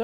så.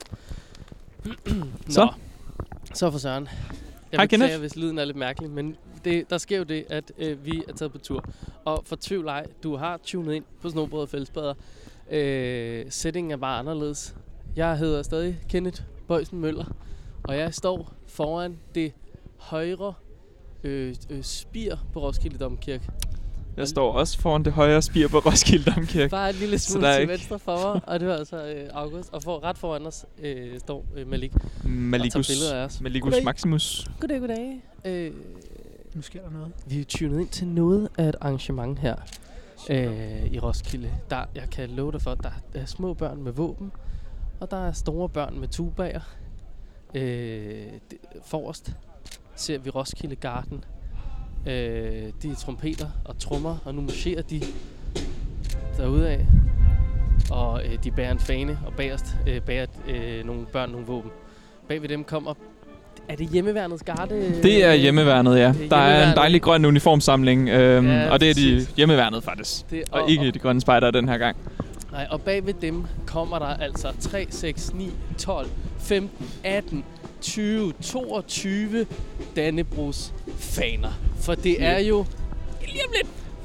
Så for søren. Jeg Hej, vil Kenneth. sige, hvis lyden er lidt mærkelig, men der sker jo det, at vi er taget på tur. Og for tvivl ej, du har tunet ind på Snobrød og Fællesbader. Settingen er bare anderledes. Jeg hedder stadig Kenneth Bøjsen Møller, og jeg står foran det højre spir på Roskilde Domkirke. Jeg står også foran det højre spir på Roskilde Domkirke. Bare et lille smule til venstre for mig, og det var altså August. Og ret foran os står Malik. Malikus Maximus. Goddag. Nu sker der noget. Vi er tunet ind til noget af et arrangement her i Roskilde. Jeg kan love dig for, at der er små børn med våben, og der er store børn med tubaer. Forrest ser vi Roskilde Garden. De er trompeter og trommer, og nu marcherer de derudad. Og de bærer en fane, og bagerst bærer nogle børn nogle våben. Bag ved dem kommer... Er det hjemmeværnets garde? Det er hjemmeværnet, ja. Der er en dejlig grøn uniformsamling, og det er de hjemmeværnet faktisk. Og ikke de grønne spejdere den her gang. Nej, og bag ved dem kommer der altså 3, 6, 9, 12, 15, 18, 20, 22 Dannebrogs faner. For det er jo lige om lidt.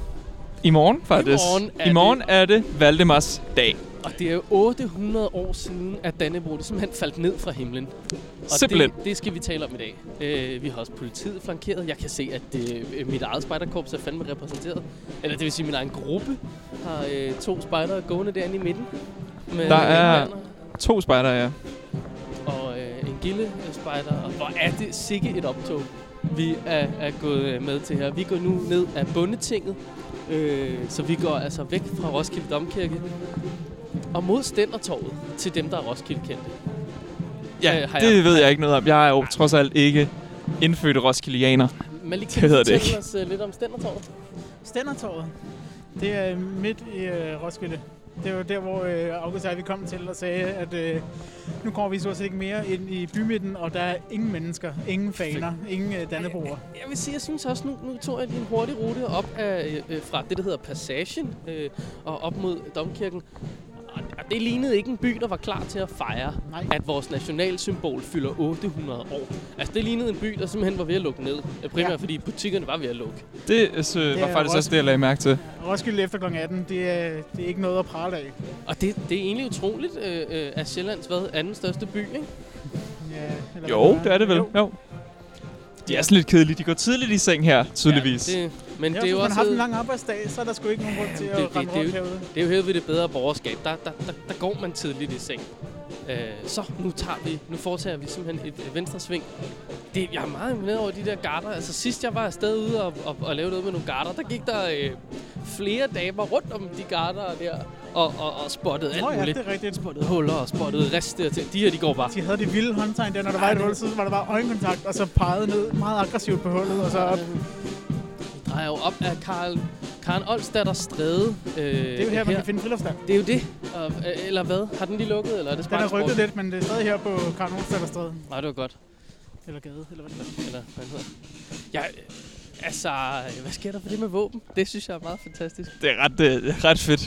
I morgen faktisk. I morgen er det Valdemars dag. Og det er jo 800 år siden, at Dannebrog simpelthen faldt ned fra himlen. Og simpelthen. Det skal vi tale om i dag. Vi har også politiet flankeret. Jeg kan se, at mit eget spejderkorps er fandme repræsenteret. Eller det vil sige, min egen gruppe har 2 spejdere gående derinde i midten. Der er 2 spejdere, ja. Og en gilde spejder. Og hvor er det sikke et optog, vi er gået med til her. Vi går nu ned af Bondetinget. Så vi går altså væk fra Roskilde Domkirke og mod Stændertorvet til dem, der er Roskilde-kendte. Ja, det ved jeg ikke noget om. Jeg er jo trods alt ikke indfødt roskildianer. Malik, kan du fortælle os lidt om Stændertorvet? Stændertorvet? Det er midt i Roskilde. Det er jo der, hvor August og vi kom til og sagde, at nu kommer vi så set ikke mere ind i bymidten, og der er ingen mennesker, ingen faner, ingen Dannebroer. Jeg vil sige, jeg synes også, nu tog jeg lige en hurtig rute op fra det, der hedder Passagen, og op mod Domkirken. Og det lignede ikke en by, der var klar til at fejre, at vores nationalsymbol fylder 800 år. Altså, det lignede en by, der simpelthen var ved at lukke ned. Primært fordi butikkerne var ved at lukke. Det var faktisk også det, jeg lagde mærke til. Roskilde efter kl. 18, det er ikke noget at prale af. Og det er egentlig utroligt, at Sjællands anden største by, ikke? Ja, jo, det er det vel. Jo. De er sådan lidt kedelige. De går tidligt i seng her, tydeligvis. Ja, men det er jo også... Hvis man også har haft en lang arbejdsdag, så er der sgu ikke nogen grund til at rende rundt herude. Det er jo herude ved det bedre borgerskab. Der går man tidligt i seng. Så nu foretager vi simpelthen et venstresving. Jeg er meget imponeret over de der garter. Altså sidst jeg var afsted ude og lavede noget med nogle garter, der gik der flere damer rundt om de garter der og spottede alt muligt. Ja, det er rigtigt. Spottede huller og spottede riste og ting. De her, de går bare. De havde de vilde håndtegn der, når der var et hul, så var der bare øjenkontakt, og så pegede ned meget aggressivt på hullet, og så op. Vi drejer jo op af Karen Olsdatters Stræde. Det er jo her, man kan finde friluftsland. Det er jo det. Eller hvad? Har den lige lukket, eller er det spejlsport? Den har rykket lidt, men det er stadig her på Karen Olsdatters Stræde. Nej, det var godt. Eller gade, eller hvad det er. Eller hvad det hedder. Ja, altså, hvad sker der for det med våben? Det synes jeg er meget fantastisk. Det er ret fedt.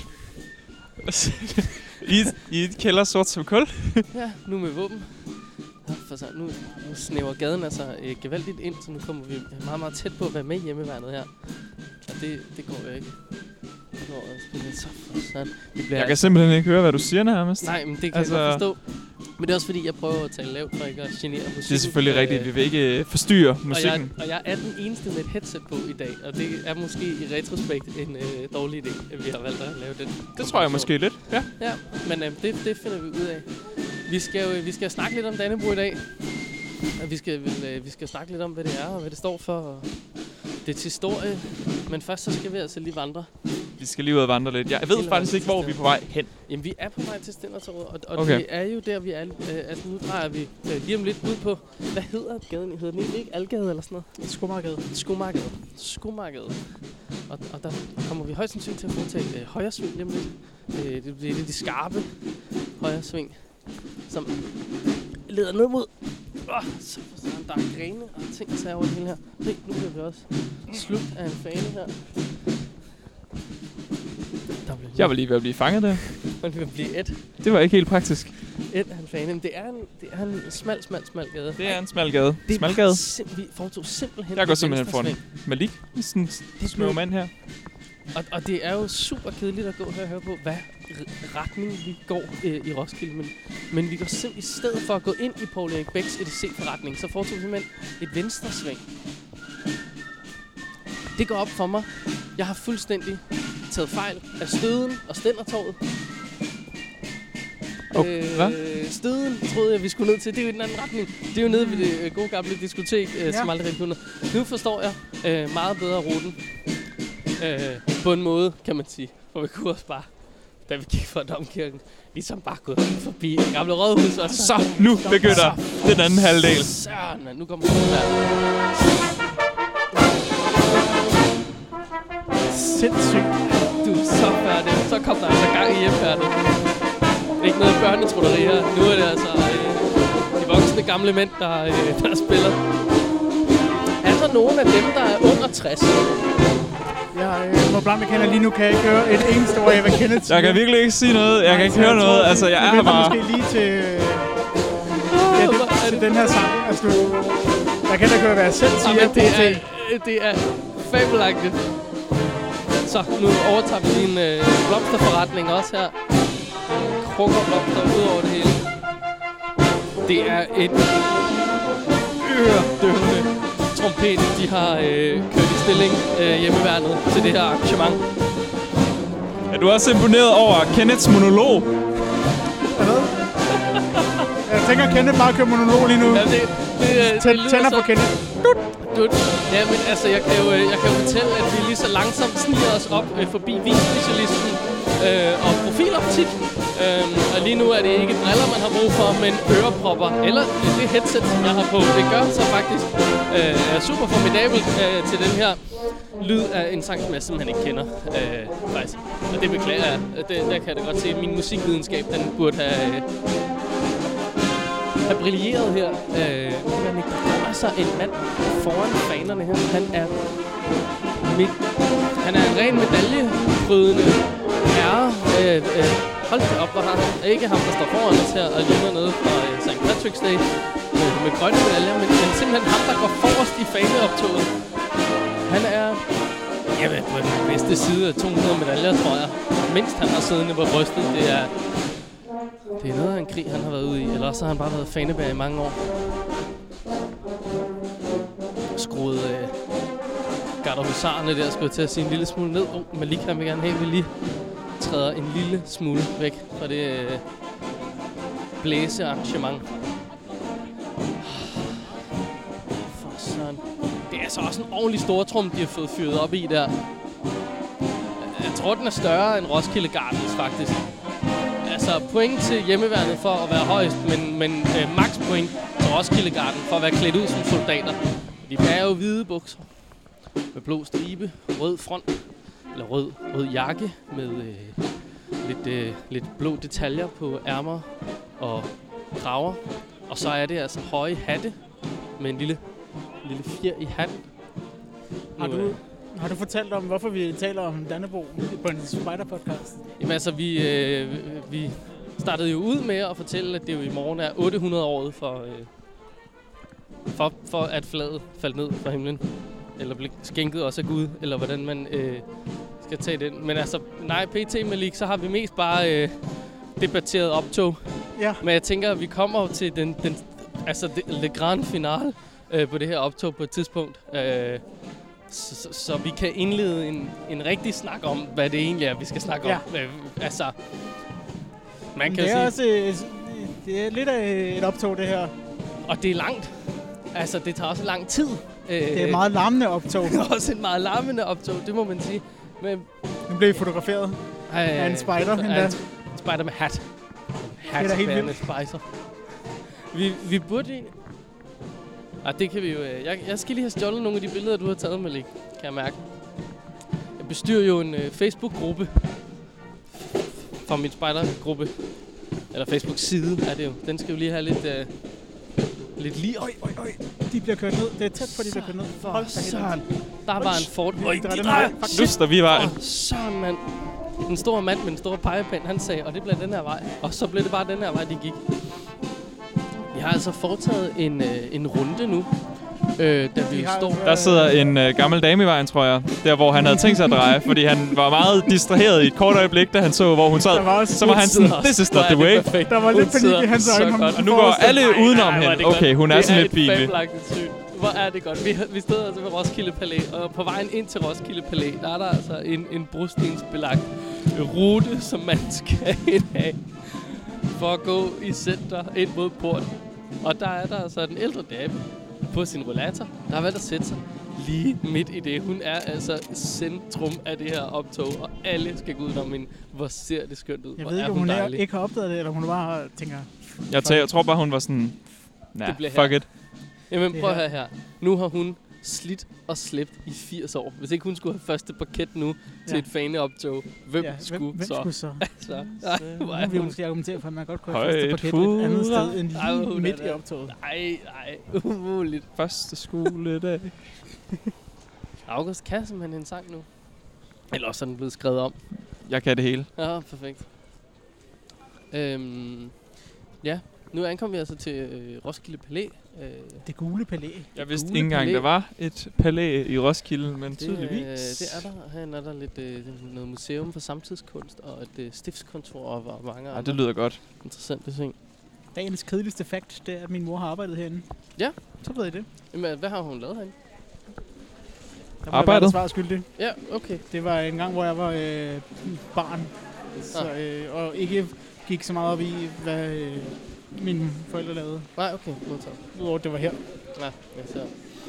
I et kælder sort som kul. Ja, nu med våben. Nu snæver gaden altså gevaldigt ind, så nu kommer vi meget, meget tæt på at være med hjemmeværnet her. Og det går jo ikke. Jeg kan simpelthen ikke høre, hvad du siger nærmest. Nej, men det kan jeg godt forstå. Men det er også fordi, jeg prøver at tale lavt for ikke at genere musikken. Det er selvfølgelig rigtigt. Vi vil ikke forstyrre musikken. Og jeg er den eneste med et headset på i dag, og det er måske i retrospekt en dårlig idé, at vi har valgt at lave den. Det tror jeg måske lidt, ja. Ja, men det finder vi ud af. Vi skal snakke lidt om Dannebrog i dag. Vi skal snakke lidt om, hvad det er og hvad det står for. Og det er historie, men først så skal vi altså lige vandre. Vi skal lige ud og vandre lidt. Jeg ved faktisk ikke, hvor vi er på vej hen. Jamen, vi er på vej til Stændertorvet, og okay. Det er jo der, vi er. Altså, nu drejer vi lige om lidt ud på, hvad hedder gaden? Hedder den ikke Algade eller sådan noget? Skomarkedet. Og der kommer vi højst sandsynligt til at foretage højre sving lige om lidt. Det bliver de skarpe højre sving, som leder ned mod. Så der er grene og ting, der tager over det hele her. Se, nu bliver vi også slugt af en fane her. Jeg var lige ved at blive fanget der. Man kan blive et. Det var ikke helt praktisk. Men det er en smal gade. Det er en smal gade. Smal gade. Vi foretog simpelthen. Jeg går simpelthen for en Malik. Sådan en små mand her. Og det er jo super kedeligt at gå her og høre på, hvad retning vi går i Roskilde. Men vi går simpelthen, i stedet for at gå ind i Poul Erik Bæks EDC-forretning, så foretog vi simpelthen et venstresving. Det går op for mig. Jeg har fuldstændig taget fejl af Støden og Stændertorvet. Støden troede jeg, vi skulle ned til. Det er jo i den anden retning. Det er jo nede ved det gode gamle diskotek, som aldrig rigtig kunne. Nu forstår jeg meget bedre ruten. På en måde, kan man sige. For vi kunne også bare, da vi gik fra Domkirken, ligesom bare gået forbi det gamle rådhus. Og så nu begynder den anden halvdel. Søren, nu kommer den der. Sindssygt. Du er så færdig. Så kom der altså gang i hjemmefærdet. Ikke noget børnetruderier. Nu er det altså de voksne gamle mænd, der spiller. Er der nogen af dem, der er under 60? Jeg må blankt med Kenneth. Lige nu kan jeg ikke høre et eneste ord, jeg vil kende til. Jeg kan virkelig ikke sige noget. Jeg kan ikke høre noget. Altså, jeg er her bare. Måske lige til den her sang. Altså, jeg kan da ikke høre, hvad jeg selv siger. Det er fabelagtigt. Så nu overtager vi din blomsterforretning også her. Krukkerblomster ud over det hele. Det er et øredøvende trompet, de har kørt i stilling hjemmeværnet til det her arrangement. Er du også imponeret over Kenneths monolog? Hvad? Jeg tænker, at Kenneth bare kører monolog lige nu. Ja, det tænder på Kenneth. Ja, men altså, jeg kan jo fortælle, at vi lige så langsomt sniger os op forbi vinspecialisten og profiloptik. Og lige nu er det ikke briller, man har brug for, men ørepropper. Eller det headset, som jeg har på. Det gør så faktisk super formidabelt til den her lyd af en sang, som jeg simpelthen ikke kender. Faktisk. Og det beklager jeg. Der kan jeg da godt se, at min musikvidenskab, den burde have brilleret her. Men der kommer så en mand foran fanerne her. Han er en ren medaljebrydende herre. Hold da op, hvor han ikke ham, der står foran os her og ligner noget fra St. Patrick's Day med grønne medaljer, men simpelthen ham, der går forrest i faneoptoget. Han er, jeg ved, på den bedste side af 200 medaljer, tror jeg. Mindst han har siddende på brystet. Det er noget af en krig, han har været ude i. Eller også har han bare været fanebær i mange år. Skruet garderhusarerne der, skulle jeg til at sige en lille smule ned. Malik, han vil gerne have, vi lige træder en lille smule væk fra det blæsearrangement. For sådan. Det er altså også en ordentlig stortrum, de har fået fyret op i der. Jeg tror, den er større end Roskilde Gardens, faktisk. Altså, point til hjemmeværnet for at være højst, men max point til Roskilde Garden for at være klædt ud som soldater. De bærer jo hvide bukser med blå stribe, rød front, eller rød jakke med lidt blå detaljer på ærmer og kraver. Og så er det altså høje hatte med en lille fjer i hatten. Har du fortalt om, hvorfor vi taler om Dannebrog på en Spider-podcast? Jamen altså, vi startede jo ud med at fortælle, at det jo i morgen er 800-året for at flaget faldt ned fra himlen. Eller blev skænket også af Gud, eller hvordan man skal tage den. Men altså, nej, PT Malik, så har vi mest bare debatteret optog. Ja. Men jeg tænker, at vi kommer til le grand finale på det her optog på et tidspunkt. Så vi kan indlede en rigtig snak om, hvad det egentlig er, vi skal snakke om. Altså, man kan det er sige, også det er lidt af et optog, det her. Og det er langt. Altså, det tager også lang tid. Det er et meget larmende optog. Det er også et meget larmende optog, det må man sige. Men nu blev vi fotograferet af en spider. En spider med hat. Hat det er helt vildt. Spicer. Vi burde egentlig... det kan vi jo... Jeg skal lige have stjålet nogle af de billeder, du har taget, Malik, kan jeg mærke. Jeg bestyrer jo en Facebook-gruppe fra min spider-gruppe. Eller Facebook-side er det jo. Den skal jo lige have lidt lige... Øj. De bliver kørt ned. Det er tæt på, de bliver kørt ned. Hold da sådan. Der var en Ford. Lyster vi vejen. Sådan, mand. Den store mand med den store pegepind, han sagde, og det blev den her vej. Og så blev det bare den her vej, de gik. Vi har altså foretaget en runde nu. Da vi står. Der sidder en gammel dame i vejen, tror jeg. Der, hvor han havde tænkt sig at dreje. Fordi han var meget distraheret i et kort øjeblik, da han så, hvor hun sad. Så var han sådan, this is not the way. Der var lidt panik i hans øjne. Og nu går alle udenom hende. Okay, hun er sådan lidt pinlig. Hvor er det godt. Vi stod altså ved Roskilde Palæ, og på vejen ind til Roskilde Palæ, der er der altså en brostensbelagt rute, som man skal ind af for at gå i center ind mod porten. Og der er der altså den ældre dame på sin rollator, der har valgt at sætte sig lige midt i det. Hun er altså centrum af det her optog, og alle skal gå udenom hende. Hvor ser det skønt ud. Jeg ved ikke, om hun ikke har opdaget det, eller hun bare tænker... Jeg tror bare, hun var sådan... Nah, fuck it. Jamen prøv at høre her. Nu har hun slidt og slæbt i 80 år. Hvis ikke hun skulle have første parket nu til et faneoptog, hvem skulle så? Altså, nu vil vi måske argumentere for, at man godt kunne have første parket et andet sted end lige midt i optoget. Nej, umuligt. Første skoledag. August kan simpelthen en sang nu. Eller også er den blevet skrevet om. Jeg kan det hele. Ja, perfekt. Ja. Nu ankom vi altså til Roskilde Palæ. Det gule palæ. Jeg vidste ikke engang, der var et palæ i Roskilde, men tydeligvis. Det er der. Herinde er der lidt noget museum for samtidskunst og et stiftskontor og mange andre. Det lyder godt. Interessante ting. Dagens kedeligste fakt, det er, at min mor har arbejdet herinde. Ja. Så ved I det. Jamen, hvad har hun lavet herinde? Arbejdet? Svar skyldig. Ja, okay. Det var en gang, hvor jeg var barn. Så, og ikke gik så meget op i, hvad... mine forældre lavede. Nej, okay. Modtaget. Udover det var her. Ja, jeg ser.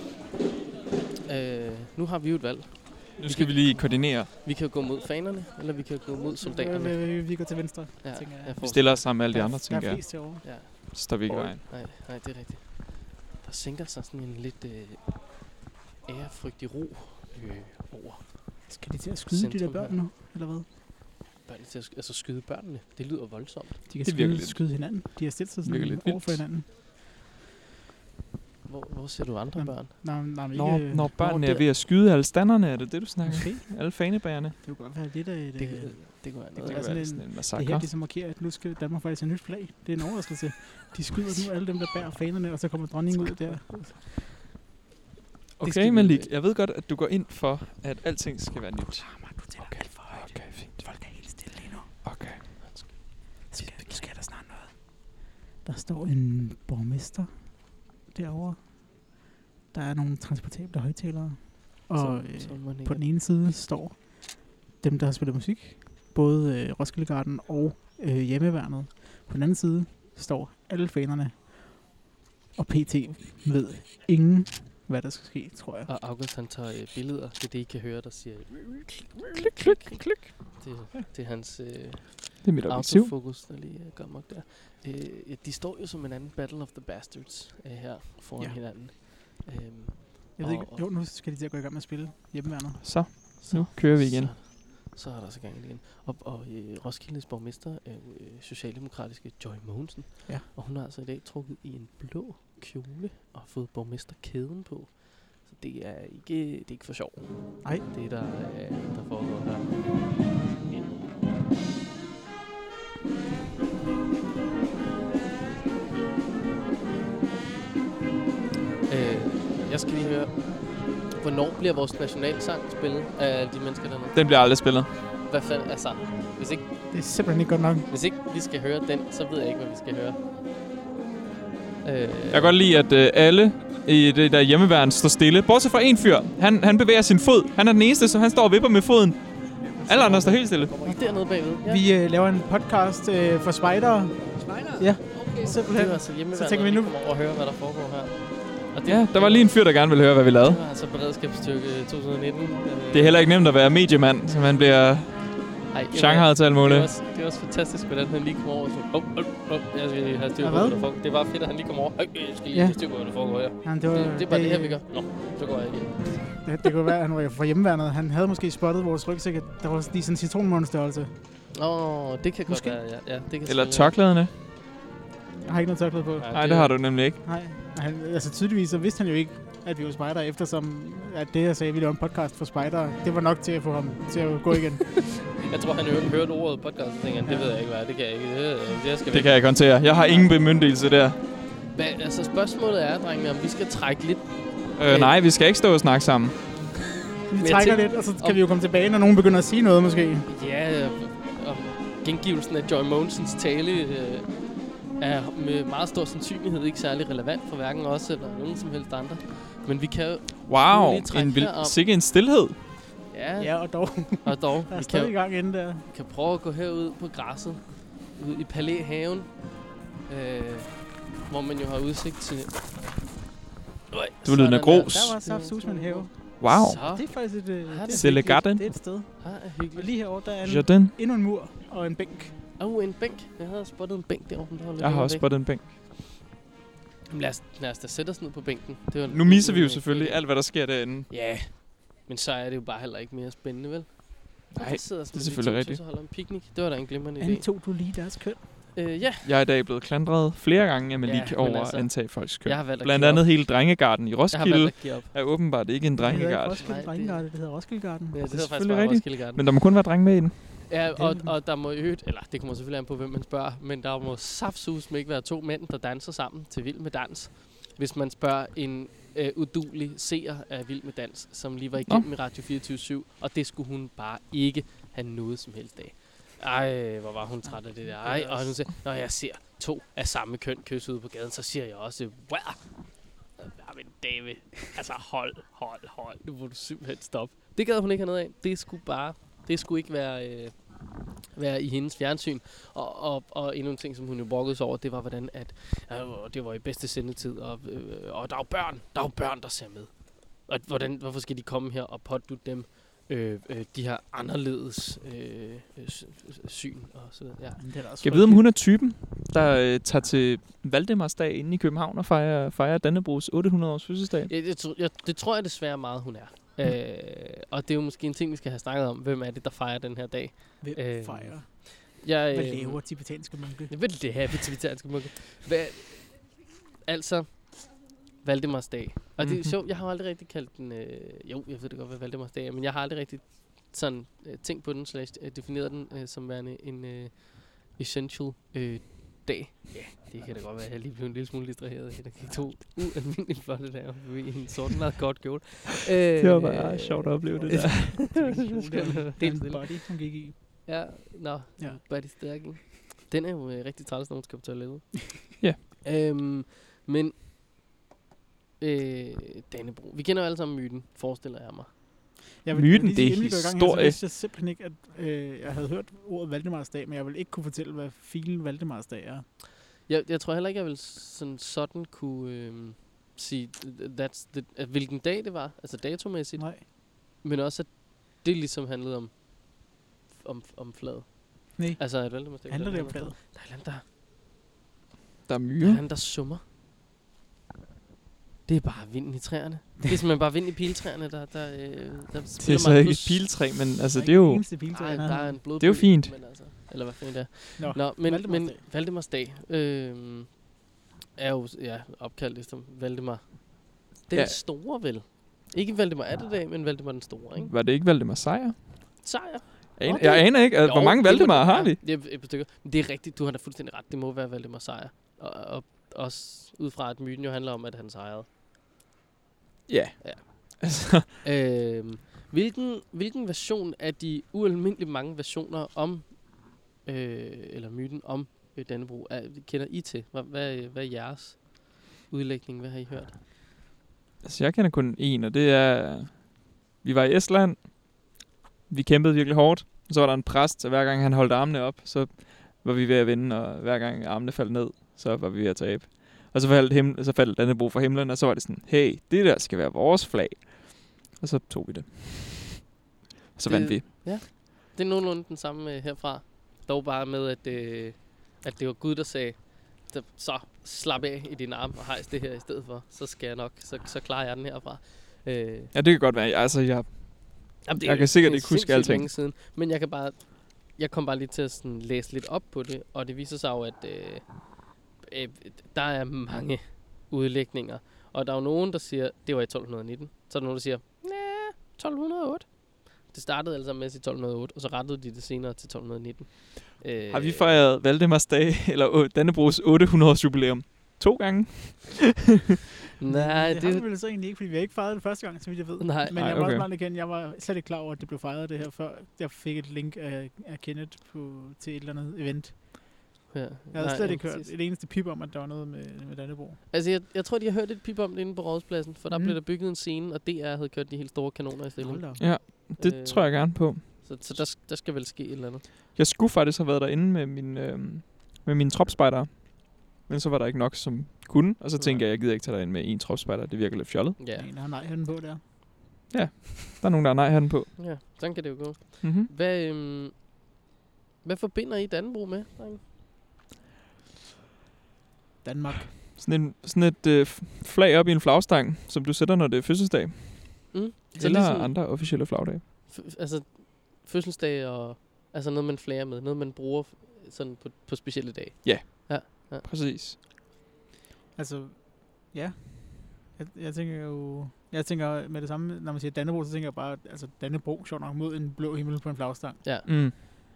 Nu har vi jo et valg. Nu skal vi lige koordinere. Vi kan gå mod fanerne, eller vi kan gå mod soldaterne. Vi går til venstre, tænker jeg. Vi stiller os sammen med alle de andre, tænker jeg. Der er flest herovre. Ja. Så står vi ikke i vejen. Nej, det er rigtigt. Der sænker sig sådan en lidt ærefrygtig ro over. Skal de til at skyde de der børn nu, eller hvad? Børnene til at skyde børnene. Det lyder voldsomt. De kan skyde hinanden. De har stillet sig sådan over for hinanden. Hvor ser du andre børn? Når børnene er ved at skyde alle standerne, er det det, du snakker? Okay. Alle fanebærerne. Det kunne godt være lidt af det kunne være sådan en massakre. Det her, de så markerer, at nu skal Danmark faktisk have nyt flag. Det er en overraskelse. De skyder nu alle dem, der bærer fanerne, og så kommer dronningen ud der. Okay, Malik, jeg ved godt, at du går ind for, at alting skal være nyt. Okay, fint. Folk er helt stille lige nu. Okay. Sker der snart noget? Der står en borgmester derovre. Der er nogle transportable højtalere. Og på den ene side står dem, der har spillet musik. Både Roskildegarden og hjemmeværnet. På den anden side står alle fanerne. Og PT ved ingen, hvad der skal ske, tror jeg. Og August, han tager billeder. Det er det, I kan høre, der siger klik, klik, klik. Det er hans det er mit autofokus, der lige gør mok der. De står jo som en anden Battle of the Bastards her foran hinanden. Jeg ved ikke, nu skal de til at gå i gang med at spille hjemmeværnet. Så nu kører vi igen. Så er der så gang igen. Og Roskildes borgmester er socialdemokratiske Joy Mogensen. Ja. Og hun har altså i dag trukket i en blå kjole og fået borgmesterkæden på. Så det er ikke for sjov. Nej. Det der foregår her. Jeg skal lige høre, hvornår bliver vores nationalsang spillet af de mennesker dernede? Den bliver aldrig spillet. Hvad fanden er sang? Hvis ikke, det er simpelthen ikke godt nok. Hvis ikke vi skal høre den, så ved jeg ikke, hvad vi skal høre. Jeg kan godt lide, at alle i det der hjemmeværn står stille. Bortset fra en fyr. Han bevæger sin fod. Han er den eneste, så han står og vipper med foden. Alle andre står helt stille. Dernede bagved. Ja. Vi laver en podcast for spejdere. Spejdere? Ja. Okay. Så tænker vi nu over at høre, hvad der foregår her. Ja, der var lige en fyr, der gerne ville høre, hvad vi lavede. Det var altså beredskabsstyrke 2019. Det er heller ikke nemt at være mediemand, så man bliver Shanghai til alt muligt. Det var også fantastisk, hvordan han lige kom over og så... jeg skal lige have styr på, hvad der foregår. Det var fedt, at han lige kom over. Jeg skal lige have styr på, hvad der foregår her. Ja, det er bare det her, vi gør. Nå, så går jeg igen. Det kunne være, at han var fra hjemmeværnet. Han havde måske spottet vores rygsæk. Der var lige sådan en citronmånestørrelse. Det kan godt være, ja. Det kan eller tørklæderne. Jeg har ikke noget tørklæde på. Nej, det har du nemlig ikke. Nej. Altså tydeligvis, så vidste han jo ikke, at vi var spejdere, eftersom at det, jeg sagde, at vi lavede en podcast for spejdere, det var nok til at få ham til at gå igen. Jeg tror, han hørte ordet podcast, og tænkte, det ved jeg ikke, hvad det kan jeg ikke. Det kan jeg ikke håndtere. Jeg har ingen bemyndigelse der. Altså, spørgsmålet er, drenge, om vi skal trække lidt... Nej, vi skal ikke stå og snakke sammen. Vi trækker lidt, og så kan vi jo komme tilbage, når nogen begynder at sige noget, måske. Ja, og gengivelsen af Joy Mogensens tale er med meget stor sandsynlighed ikke særlig relevant for hverken os eller nogen som helst andre. Men vi kan jo... Wow, sikke en stilhed. Ja, og dog. Der er stadig i gang inden der. Vi kan prøve at gå herud på græsset, ud i Palæhaven, hvor man jo har udsigt til... Du lyder af grus. Der var saftsus med en have. Wow. Så. Det er faktisk Selegarden. det er et sted. Hyggeligt. Lige herovre, der er endnu en mur og en bænk. En bænk. Jeg havde spottet en bænk derovre. Jeg har også spottet en bænk. Lad os da sætte os ned på bænken. Nu misser vi jo selvfølgelig alt, hvad der sker derinde. Ja, men så er det jo bare heller ikke mere spændende, vel? Nej, det er selvfølgelig rigtigt. Så holder en picnic. Det var da en glimrende idé. Antog du lige deres køn? Ja. Jeg er i dag blevet klandret flere gange af Malik over at antage folks køn. Blandt andet hele Drengegarden i Roskilde er åbenbart ikke en Drengegarden. Det hedder Drengegarden, det hedder Roskildegarden. Ja, det hedder faktisk bare Roskildegarden. Men der må kun være drenge med i den. Ja, og der må det kommer selvfølgelig an på, hvem man spørger, men der må saftsus med ikke være 2 mænd, der danser sammen til Vild med Dans. Hvis man spørger en uduelig seer af Vild med Dans, som lige var igennem i Radio 24/7, og det skulle hun bare ikke have noget som helst af. Ej, hvor var hun træt af det der. Ej, og nu siger, når jeg ser 2 af samme køn kysse ude på gaden, så siger jeg også, wow! Ja, men David, altså hold. Nu må du simpelthen stoppe. Det gad hun ikke have noget af. Det skulle ikke være i hendes fjernsyn. Og endnu en ting, som hun jo brokkede sig over, det var, hvordan at det var i bedste sendetid, og der er jo børn, der ser med. Og hvorfor skal de komme her og pådutte dem de her anderledes syn og så videre. Ja. Jeg ved, om hun er typen, der tager til Valdemarsdag inde i København og fejrer Dannebrogs 800-års fødselsdag. Det tror jeg desværre meget, hun er. Og det er jo måske en ting, vi skal have snakket om. Hvem er det, der fejrer den her dag? Hvem fejrer? Hvad laver tibetanske munke? Hvad laver tibetanske munke? Altså, Valdemarsdag. Og det er sjovt, jeg har aldrig rigtig kaldt den... jeg ved det godt, hvad Valdemarsdag er, men jeg har aldrig rigtig sådan tænkt på den, defineret den som værende en essential dag. Ja, det kan da godt være, at jeg lige blev en lille smule distraheret. Der gik 2 ualmindeligt flotte dage i en sort meget godt kjole. Det var bare sjovt at opleve det der. Det er en body, hun gik i. Ja, body stærking. Den er jo rigtig træls, når hun skal på toilettet. Ja. Men Dannebro. Vi kender jo alle sammen myten, forestiller jeg mig. Myten, det er historie. Jeg vidste simpelthen ikke, at jeg havde hørt ordet Valdemarsdag, men jeg vil ikke kunne fortælle, hvad filen Valdemarsdag er. Jeg tror heller ikke, jeg vil sådan kunne sige, hvilken dag det var, altså datomæssigt. Nej. Men også, at det ligesom handlede om flad. Nej. Altså, at Valdemarsdag handler det om flad? Der er myre. Der er der summer. Det er bare vinden i træerne. Det er simpelthen bare vind i piltræerne, der det er så ikke et piltræ, men altså det er jo... Nej, der er en blodbøg. Det er jo fint. Men altså, eller hvad fanden det er. Men Valdemarsdag er jo opkaldt efter Valdemar. Den store vel? Ikke Valdemar Atterdag, men Valdemar den store, ikke? Var det ikke Valdemar Sejr? Sejr? Jeg aner ikke, hvor mange Valdemar har de? Det er et par stykker. Det er rigtigt, du har da fuldstændig ret. Det må være Valdemar Sejr. Og også ud fra, at myten jo handler om, at han sejrede. Ja. Altså. Hvilken version af de ualmindeligt mange versioner om, eller myten om Dannebro, kender I til? Hvad er jeres udlægning? Hvad har I hørt? Altså, jeg kender kun en, og det er... Vi var i Estland. Vi kæmpede virkelig hårdt. Så var der en præst, så hver gang han holdt armene op, så var vi ved at vinde, og hver gang armene faldt ned, så var vi ved at tabe. Og så faldt Dannebro fra himlen, og så var det sådan, hey, det der skal være vores flag. Og så tog vi det. Og så vandt vi. Ja, det er nogenlunde den samme herfra. Dog bare med, at det var Gud, der sagde, så slap af i din arm og hejs det her i stedet for. Så skal jeg nok, så klarer jeg den herfra. Ja, det kan godt være. Altså, jeg kan sikkert ikke huske alting. Siden, men jeg kom bare lige til at sådan læse lidt op på det, og det viser sig jo, at der er mange udlægninger. Og der er jo nogen, der siger, det var i 1219. Så er der nogen, der siger, 1208. Det startede altså med at sige 1208, og så rettede de det senere til 1219. Har vi fejret Valdemars dag, eller Dannebrogs 800-års jubilæum 2 gange? Nej, det har vi vel så egentlig ikke, fordi vi har ikke fejret det første gang, som jeg ved. Nej. Men jeg var også meget igen. Jeg var slet ikke klar over, at det blev fejret det her, før jeg fik et link af Kenneth til et eller andet event. Ja, jeg havde slet ikke hørt et eneste pip om, at der var noget med Dannebrog. Altså, jeg tror, de har hørt et pip om det inde på Rådhuspladsen, for der blev der bygget en scene, og DR havde kørt de helt store kanoner i stilling. Ja, det tror jeg gerne på. Så der skal vel ske et eller andet. Jeg skulle faktisk have været derinde med mine tropspejdere, men så var der ikke nok, som kunne. Og så tænkte jeg gider ikke tage derinde med en tropspejder. Det virker lidt fjollet. Ja. En, der har nej-hatten på der. Ja, der er nogen, der har nej-hatten på. Ja, sådan kan det jo gå. Mm-hmm. Hvad forbinder I Dannebro med, drenge? Danmark. Sådan et flag op i en flagstang, som du sætter, når det er fødselsdag. Eller ligesom andre officielle flagdage. Altså fødselsdag og altså noget, man flager med. Noget, man bruger sådan på specielle dage. Ja. Præcis. Altså, ja. Jeg tænker med det samme, når man siger Dannebro, så tænker jeg bare, altså Dannebro, sjovt nok, mod en blå himmel på en flagstang. Ja. Mm.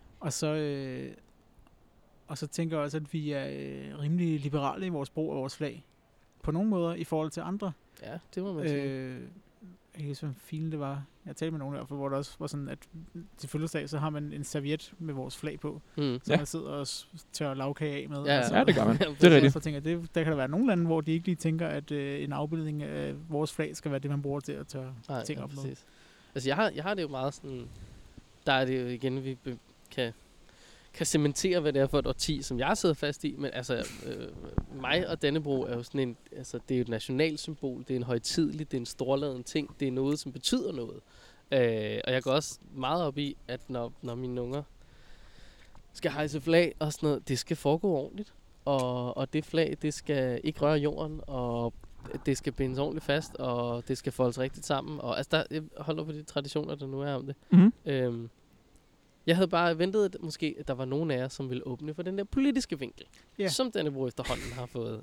Og så tænker jeg også, at vi er rimelig liberale i vores brug af vores flag. På nogle måder i forhold til andre. Ja, det må man sige. Jeg kan ikke filen det var. Jeg talte med nogen der, hvor der også var sådan, at til fødselsdag, så har man en serviet med vores flag på. Så man sidder og tørrer lavkage af med. Ja, det gør man. Det er rigtigt. Så tænker jeg, der kan der være nogle lande, hvor de ikke lige tænker, at en afbildning af vores flag skal være det, man bruger til at tørre ting op med. Altså, jeg har det jo meget sådan, der er det jo igen, vi kan cementere, hvad det er for et årti, som jeg sidder fast i, men altså, mig og Dannebrog er jo sådan en, altså, det er jo et nationalsymbol, det er en højtidelig, det er en storladen ting, det er noget, som betyder noget. Og jeg går også meget op i, at når mine unger skal hejse flag og sådan noget, det skal foregå ordentligt, og det flag, det skal ikke røre jorden, og det skal bindes ordentligt fast, og det skal foldes rigtigt sammen, og altså, jeg holder på de traditioner, der nu er om det. Mm-hmm. Jeg havde bare ventet, at måske at der var nogen af jer, som ville åbne for den der politiske vinkel, som Dannebro efterhånden har fået.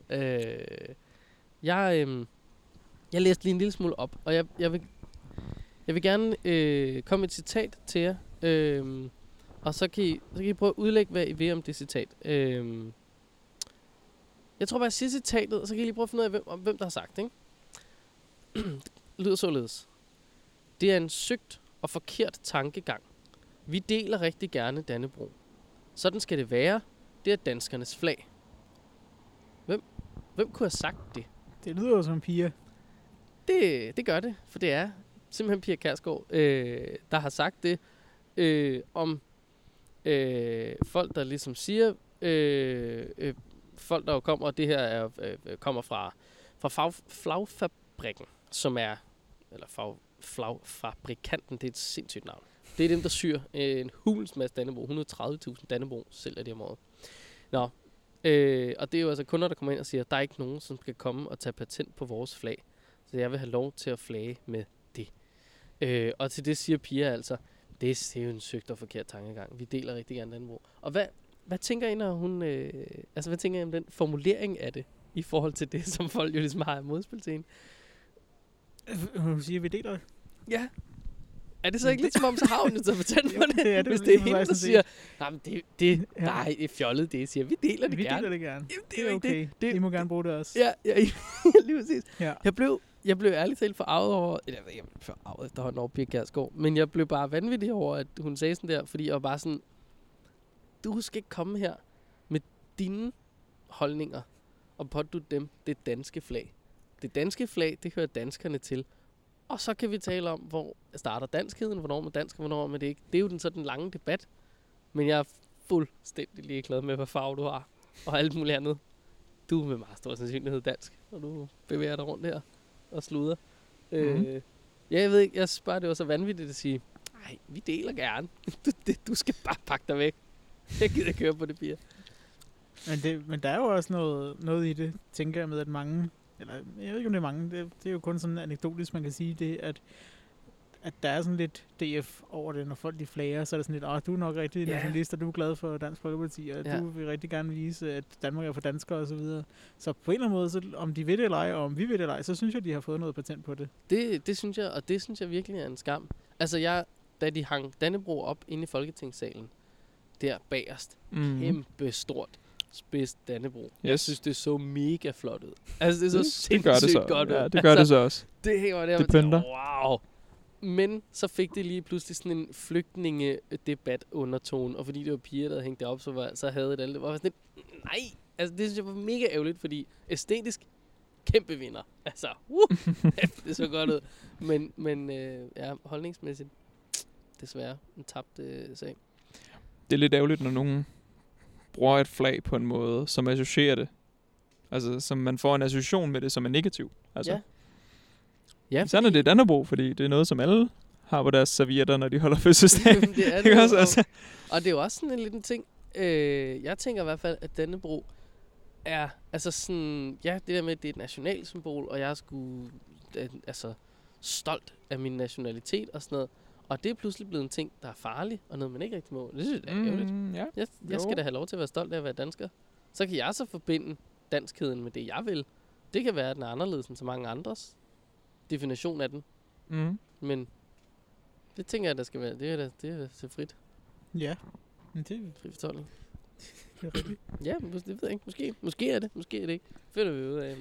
Jeg læste lige en lille smule op, og jeg vil gerne komme et citat til jer, og så kan I prøve at udlægge, hvad I vil om det citat. Jeg tror bare, jeg siger citatet, og så kan I lige prøve at finde ud af, hvem der har sagt det. Ikke? Lyder således. Det er en sygt og forkert tankegang. Vi deler rigtig gerne Dannebrog. Sådan skal det være. Det er danskernes flag. Hvem kunne have sagt det? Det lyder jo som en pige. Det gør det, for det er simpelthen Pia Kjærsgaard, der har sagt det om folk, der ligesom siger, folk, der jo kommer, og det her er, kommer fra Flagfabrikken, som er, eller Flagfabrikanten, det er et sindssygt navn. Det er dem, der syr en hulens masse Dannebrog. 130.000 Dannebrog sælger de om året. Nå, og det er jo altså kunder, der kommer ind og siger, at der er ikke nogen, som skal komme og tage patent på vores flag. Så jeg vil have lov til at flage med det. Og til det siger Pia altså, det er jo en sygt og forkert tankegang. Vi deler rigtig gerne Dannebrog. Og hvad tænker I, når hun... hvad tænker I om den formulering af det, i forhold til det, som folk jo ligesom har i modspil til hende? Hun siger, at vi deler det. Ja. Er det så ikke lidt som om, så har hun jo taget patent på det? Det er det, hvis det er hende, der siger, nej, det er fjollet, det siger, vi deler det gerne. Vi deler det gerne. Jamen, det er okay. I må gerne bruge det også. Ja, lige præcis. Ja. Jeg blev ærligt talt forarvet over, jeg blev forarvet efterhånden over Pia Kjærsgaard, men jeg blev bare vanvittig over, at hun sagde sådan der, fordi jeg var bare sådan, du skal ikke komme her med dine holdninger og pådutte dem det danske flag. Det danske flag, det hører danskerne til. Og så kan vi tale om, hvor starter danskheden, hvornår med dansk, og hvornår med det ikke. Det er jo den lange debat. Men jeg er fuldstændig ligeglad med, hvad farve du har. Og alt muligt andet. Du er med meget stor sandsynlighed dansk, når du bevæger dig rundt her og sluder. Jeg ved ikke, jeg synes bare, det var så vanvittigt at sige, nej, vi deler gerne. Du skal bare pakke dig væk. Jeg gider ikke høre på det, Pia. Men der er jo også noget i det, tænker jeg med, at mange... Eller, jeg ved ikke, om det er mange. Det er jo kun sådan anekdotisk, man kan sige det, at der er sådan lidt DF over det, når folk de flager, så er det sådan lidt, du er nok rigtig nationalist, og du er glad for Dansk Folkeparti, og du vil rigtig gerne vise, at Danmark er for danskere og så videre. Så på en eller anden måde, så, om de ved det eller ej, og om vi ved det eller ej, så synes jeg, de har fået noget patent på det. Det synes jeg, og det synes jeg virkelig er en skam. Altså, da de hang Dannebrog op inde i Folketingssalen, der bagerst, kæmpe stort spids Dannebrog. Yes. Jeg synes, det så mega flot ud. Altså, det så sindssygt godt ud. Ja, det gør det så også. Det hænger der, det pynter. Wow. Men så fik det lige pludselig sådan en flygtningedebat undertone, og fordi det var piger, der hængte op, så havde det alle. Det var sådan lidt, nej, altså det synes jeg var mega ærgerligt, fordi æstetisk kæmpe vinder. Altså, det så godt ud. Men ja, holdningsmæssigt, desværre en tabt sag. Det er lidt ærgerligt, når nogen bruger et flag på en måde, som associerer det. Altså, som man får en association med det, som er negativ. Altså. Ja. Ja, sådan er det Dannebrog, fordi det er noget, som alle har på deres servietter, når de holder fødselsdag. Det er det også, og det er jo også sådan en lille ting. Jeg tænker i hvert fald, at Dannebrog er altså sådan, ja, det der med, at det er et nationalsymbol, og jeg er sgu altså stolt af min nationalitet og sådan noget. Og det er pludselig blevet en ting, der er farlig, og noget, man ikke rigtig må. Det synes jeg er ærgerligt. Ja. Jeg skal da have lov til at være stolt af at være dansker. Så kan jeg så forbinde danskheden med det, jeg vil. Det kan være, at den er anderledes end så mange andres definition af den. Men det tænker jeg, der skal være. Det er da så frit. Ja. Men det er fri fortolkning. Det er rigtigt. Ja, det ved jeg ikke. Måske er det. Måske er det ikke. Finder vi ud af,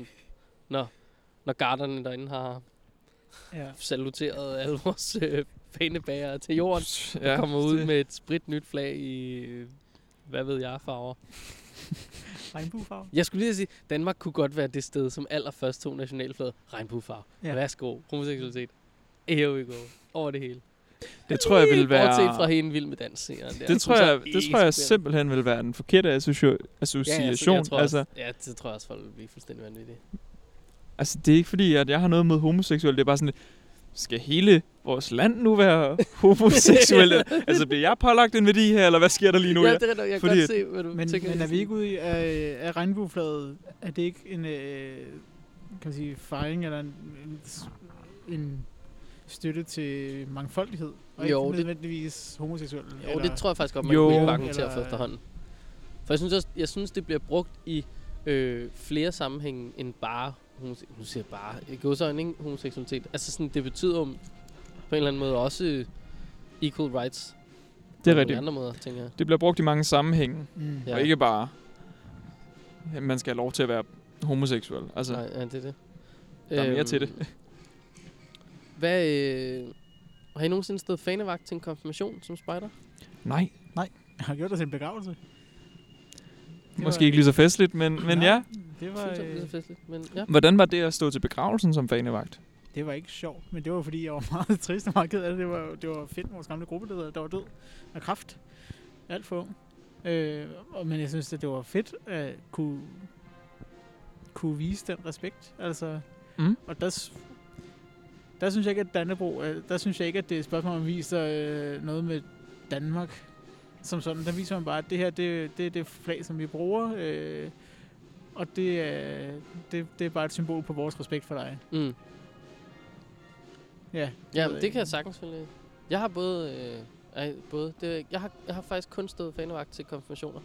når garderne derinde har saluteret alle vores fanebærere til jorden. Ja, og kommer ud med et spritnyt flag i, hvad ved jeg, farver. Regnbuefarve. Jeg skulle lige sige, Danmark kunne godt være det sted, som allerførst tog nationalflaget. Regnbuefarve. Ja. Værsgo. Homoseksualitet. Here we go. Over det hele. Det tror jeg vil være... Bortset fra hende vild med dans. Det tror jeg simpelthen vil være en forkerte association. Ja, det tror jeg også, folk vil blive fuldstændig vanvittige. Altså, det er ikke fordi, at jeg har noget mod homoseksuelle. Det er bare sådan, skal hele vores land nu være homoseksuelle? Altså, bliver jeg pålagt en værdi her, eller hvad sker der lige nu? Ja, det er nok. Jeg kan godt se, hvad du tænker. Men er vi ikke ude i, af regnbueflaget? Er det ikke en kan man sige, fejring eller en støtte til mangfoldighed? Og jo, ikke nødvendigvis homoseksuelle? Jo, eller? Det tror jeg faktisk godt, man kunne argumentere for efterhånden. For jeg synes, det bliver brugt i flere sammenhænge end bare nu siger jeg bare, jeg går så en homoseksualitet. Altså sådan, det betyder på en eller anden måde også equal rights. Det er rigtigt. Andre måder, tænker jeg. Det bliver brugt i mange sammenhænge. Og ikke bare, man skal have lov til at være homoseksuel. Altså, nej, ja, det er det. Der er mere til det. Hvad, har I nogensinde stået fanevagt til en konfirmation som spejder? Nej. Jeg har gjort det til en begravelse. Måske ikke lige så festligt, men ja. Det var lige så festligt, men ja. Hvordan var det at stå til begravelsen som fanevagt? Det var ikke sjovt, men det var fordi, jeg var meget trist og meget ked af det. Det var fedt, vores gamle gruppeleder, der var død af kræft. Alt for ung. Men jeg synes, at det var fedt at kunne vise den respekt. Altså, og der synes jeg ikke, at Dannebrog, der synes jeg ikke, at det er et spørgsmål, om man viser noget med Danmark som sådan. Der viser man bare, at det her, det er det flag, som vi bruger, og det er bare et symbol på vores respekt for dig. Ja, det kan jeg sagtens følge. Jeg har jeg har faktisk kun stået fanevagt til konfirmationer.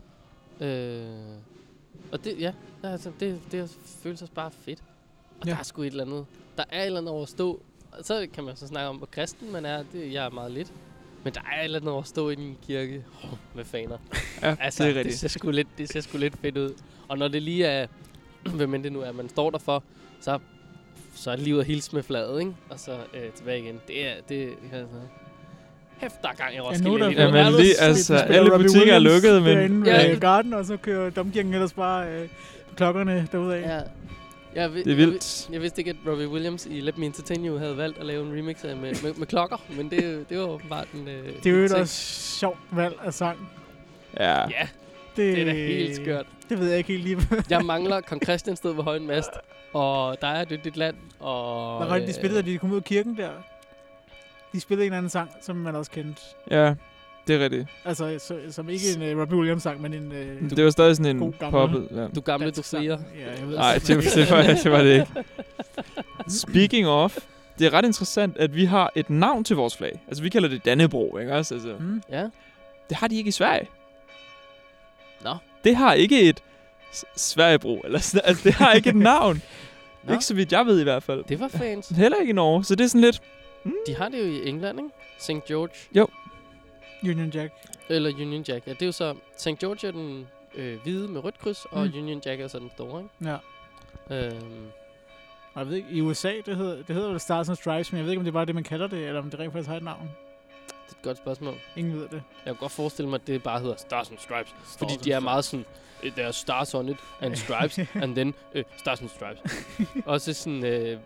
Og det føles også bare fedt. Og der er sgu et eller andet. Der er et eller andet over at stå. Så kan man så snakke om, hvor kristen man er. Jeg er meget lidt. Men der er et eller andet over at stå inde i en kirke med faner. Ja, altså, det er rigtigt. Det ser sgu lidt fedt ud. Og når det lige er, hvem end det nu er, man står der for, så er det lige ud at hilse med flaget, ikke? Og så tilbage igen. Det hæft, der er gang i Roskilde. Ja, men lige, altså, alle butikker er lukket, men... Derinde Garden, og så kører domkirken ellers bare klokkerne derudad. Ja. Det er vildt. Jeg vidste ikke, at Robbie Williams i Let Me Entertain You havde valgt at lave en remix med klokker, men det var åbenbart en... det er jo et også sjovt valg af sang. Ja. Ja, det er da helt skørt. Det ved jeg ikke helt lige. Jeg mangler Kong Christian sted ved Højen Mast, og der er et dygtigt land, og... Hvad var det, de spillede, da de kom ud af kirken der? De spillede en anden sang, som man også kendte. Ja, det er rigtigt. Altså, som ikke en Robbie Williams sang, men en... det var stadig sådan en poppet. Ja. Du gamle, du frier. Nej, det var det ikke. Speaking of, det er ret interessant, at vi har et navn til vores flag. Altså, vi kalder det Dannebrog, ikke også? Altså, ja. Det har de ikke i Sverige. Nå. Det har ikke et Sverigebro, eller sådan, altså, det har ikke et navn. Ikke så vidt jeg ved i hvert fald. Det var fans. Heller ikke i Norge, så det er sådan lidt... De har det jo i England, ikke? St. George. Jo. Union Jack. Eller Union Jack. Ja, det er jo så... St. George er den hvide med rødt kryds, og Union Jack er så den store, ikke? Ja. Og jeg ved ikke, i USA, det hedder jo Stars and Stripes, men jeg ved ikke, om det er bare det, man kalder det, eller om det rent faktisk har et navn. Det er et godt spørgsmål. Ingen ved det. Jeg kan godt forestille mig, at det bare hedder Stars and Stripes. Fordi de er meget sådan, der er stars on it, and stripes, and then Stars and Stripes. Også sådan,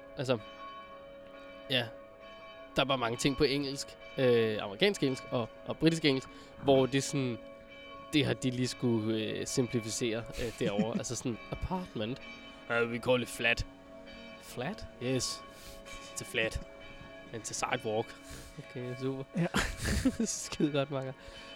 ja, der er bare mange ting på engelsk, amerikansk engelsk og britisk engelsk, hvor det sådan, det har de lige skulle simplificere derovre. Altså sådan, apartment, we call it flat. Flat? Yes. It's a flat. It's a sidewalk. Okay, super. Ja. Skide godt, Marker.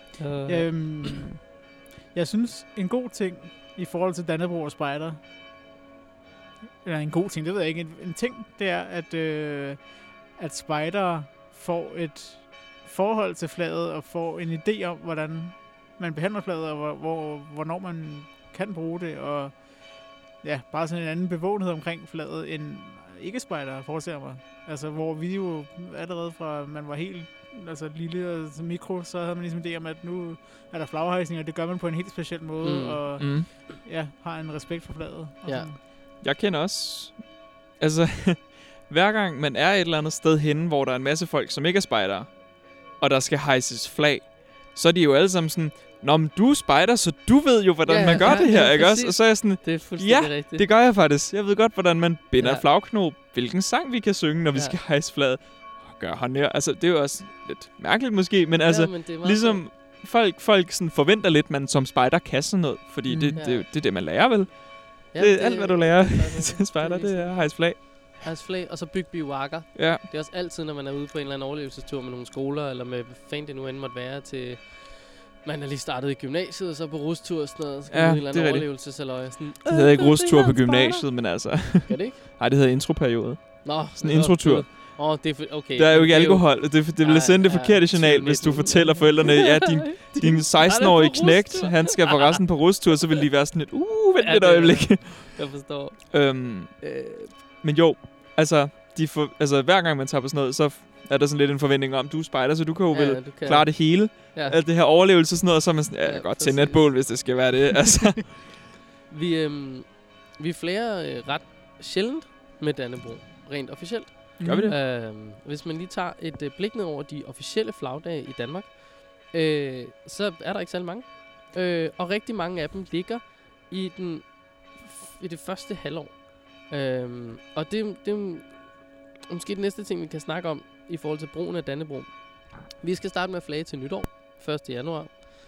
Jeg synes, en god ting i forhold til Dannebrog og spejder, eller en god ting, det ved jeg ikke, en ting, det er, at spejdere får et forhold til flaget og får en idé om, hvordan man behandler flaget, og hvornår man kan bruge det, og ja, bare sådan en anden bevågenhed omkring flaget, end ikke-spejdere, forestiller mig. Altså, hvor vi jo allerede fra, man var helt lille og mikro, så havde man ligesom idé om, at nu er der flaghejsning, og det gør man på en helt speciel måde, og ja, har en respekt for flaget. Ja. Jeg kender også, altså, hver gang man er et eller andet sted henne, hvor der er en masse folk, som ikke er spejdere, og der skal hejses flag, så er de jo alle sammen sådan, nå, men du er spejder, så du ved jo, hvordan man gør det her, ikke også? Og så er jeg sådan, det er fuldstændig rigtigt. Det gør jeg faktisk. Jeg ved godt, hvordan man binder flagknop, hvilken sang vi kan synge, når vi skal hejse flaget, og gøre håndnær. Altså, det er jo også lidt mærkeligt måske, men altså, men ligesom folk sådan forventer lidt, man som spejder kan sådan noget, fordi det er det, man lærer, vel? Ja, det er alt, hvad du lærer til spejder, det er hejse flag. Hejse flag, og så bygge bivakker. Ja. Det er også altid, når man er ude på en eller anden overlevelsestur med nogle skoler, eller med hvad fanden det nu end måtte være til... Man er lige startet i gymnasiet, og så på rustur og sådan noget. Så ja, en eller anden overlevelsesalløj. Det hedder ikke rustur på gymnasiet, men altså... Gør det ikke? Nej, det hedder introperiode. Nå. Sådan en introtur. Det er okay. Der er jo ikke alkohol. Det vil sende det forkerte signal, hvis du fortæller forældrene, ja, din 16-årige knægt, han skal på resten på rustur, så vil de være sådan lidt, vent et øjeblik. Jeg forstår. Men jo, altså, hver gang man tager på sådan noget, så er der sådan lidt en forventning om, du er spejder, så du kan jo vel klare det hele. Ja. Alt det her overlevelse og sådan noget, og så er man sådan, jeg kan godt tænde et bål, hvis det skal være det. Altså. Vi flager ret sjældent med Dannebrog, rent officielt. Gør vi det? Hvis man lige tager et blik ned over de officielle flagdage i Danmark, så er der ikke særlig mange. Og rigtig mange af dem ligger i det første halvår. Og det er måske det næste ting, vi kan snakke om i forhold til brugen af Dannebrog. Vi skal starte med at flage til nytår, 1. januar.